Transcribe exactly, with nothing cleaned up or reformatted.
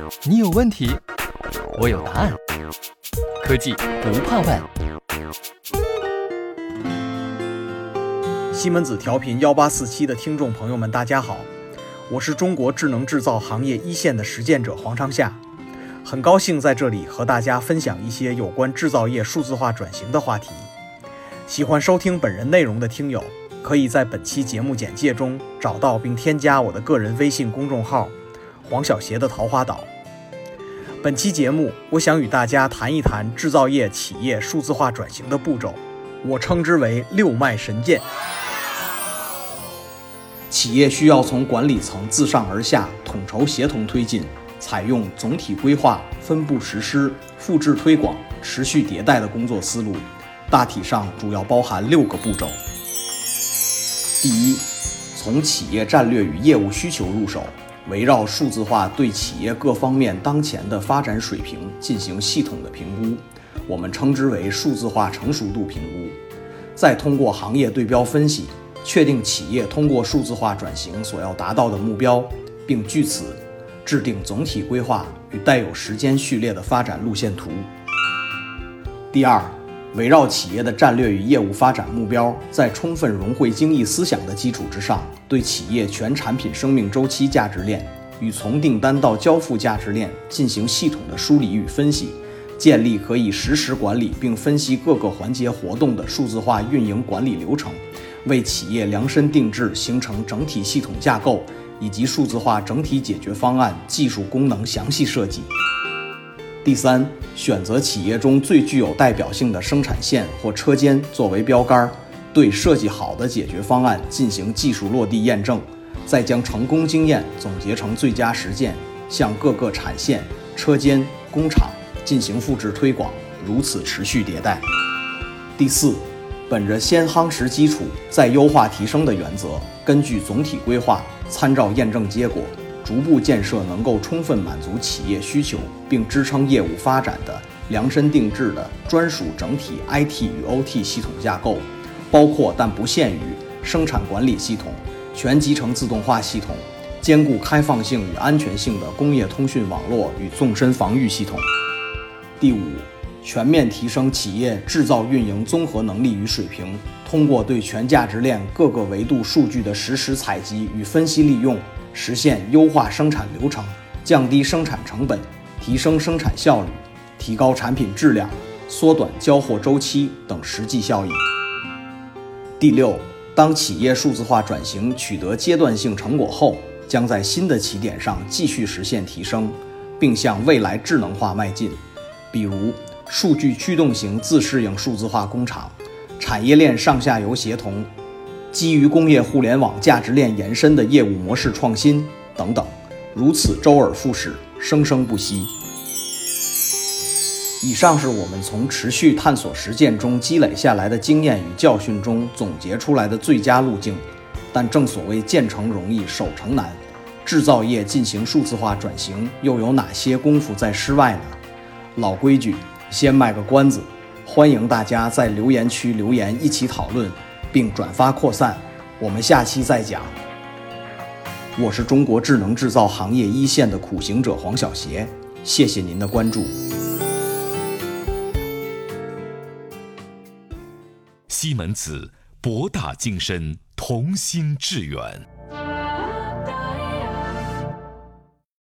你有问题，我有答案。科技不怕问。 西门子调频一八四七的听众朋友们，大家好，我是中国智能制造行业一线的实践者黄长夏，很高兴在这里和大家分享一些有关制造业数字化转型的话题。喜欢收听本人内容的听友，可以在本期节目简介中找到并添加我的个人微信公众号黄小邪的桃花岛。本期节目，我想与大家谈一谈制造业企业数字化转型的步骤，我称之为六脉神剑。企业需要从管理层自上而下统筹协同推进，采用总体规划、分步实施、复制推广、持续迭代的工作思路，大体上主要包含六个步骤。第一，从企业战略与业务需求入手，围绕数字化对企业各方面当前的发展水平进行系统的评估，我们称之为数字化成熟度评估。再通过行业对标分析，确定企业通过数字化转型所要达到的目标，并据此制定总体规划与带有时间序列的发展路线图。第二，围绕企业的战略与业务发展目标，在充分融汇精益思想的基础之上，对企业全产品生命周期价值链与从订单到交付价值链进行系统的梳理与分析，建立可以实时管理并分析各个环节活动的数字化运营管理流程，为企业量身定制形成整体系统架构以及数字化整体解决方案技术功能详细设计。第三，选择企业中最具有代表性的生产线或车间作为标杆，对设计好的解决方案进行技术落地验证，再将成功经验总结成最佳实践，向各个产线、车间、工厂进行复制推广，如此持续迭代。第四，本着先夯实基础再优化提升的原则，根据总体规划，参照验证结果，逐步建设能够充分满足企业需求并支撑业务发展的量身定制的专属整体 I T 与 O T 系统架构，包括但不限于生产管理系统、全集成自动化系统，兼顾开放性与安全性的工业通讯网络与纵深防御系统。第五，全面提升企业制造运营综合能力与水平，通过对全价值链各个维度数据的实时采集与分析利用，实现优化生产流程，降低生产成本，提升生产效率，提高产品质量，缩短交货周期等实际效益。第六，当企业数字化转型取得阶段性成果后，将在新的起点上继续实现提升，并向未来智能化迈进。比如数据驱动型自适应数字化工厂、产业链上下游协同、基于工业互联网价值链延伸的业务模式创新等等，如此周而复始，生生不息。以上是我们从持续探索实践中积累下来的经验与教训中总结出来的最佳路径，但正所谓建成容易守成难，制造业进行数字化转型又有哪些功夫在诗外呢？老规矩，先卖个关子，欢迎大家在留言区留言一起讨论，并转发扩散，我们下期再讲。我是中国智能制造行业一线的苦行者黄小邪，谢谢您的关注。 西门子，博大精深，同心致远。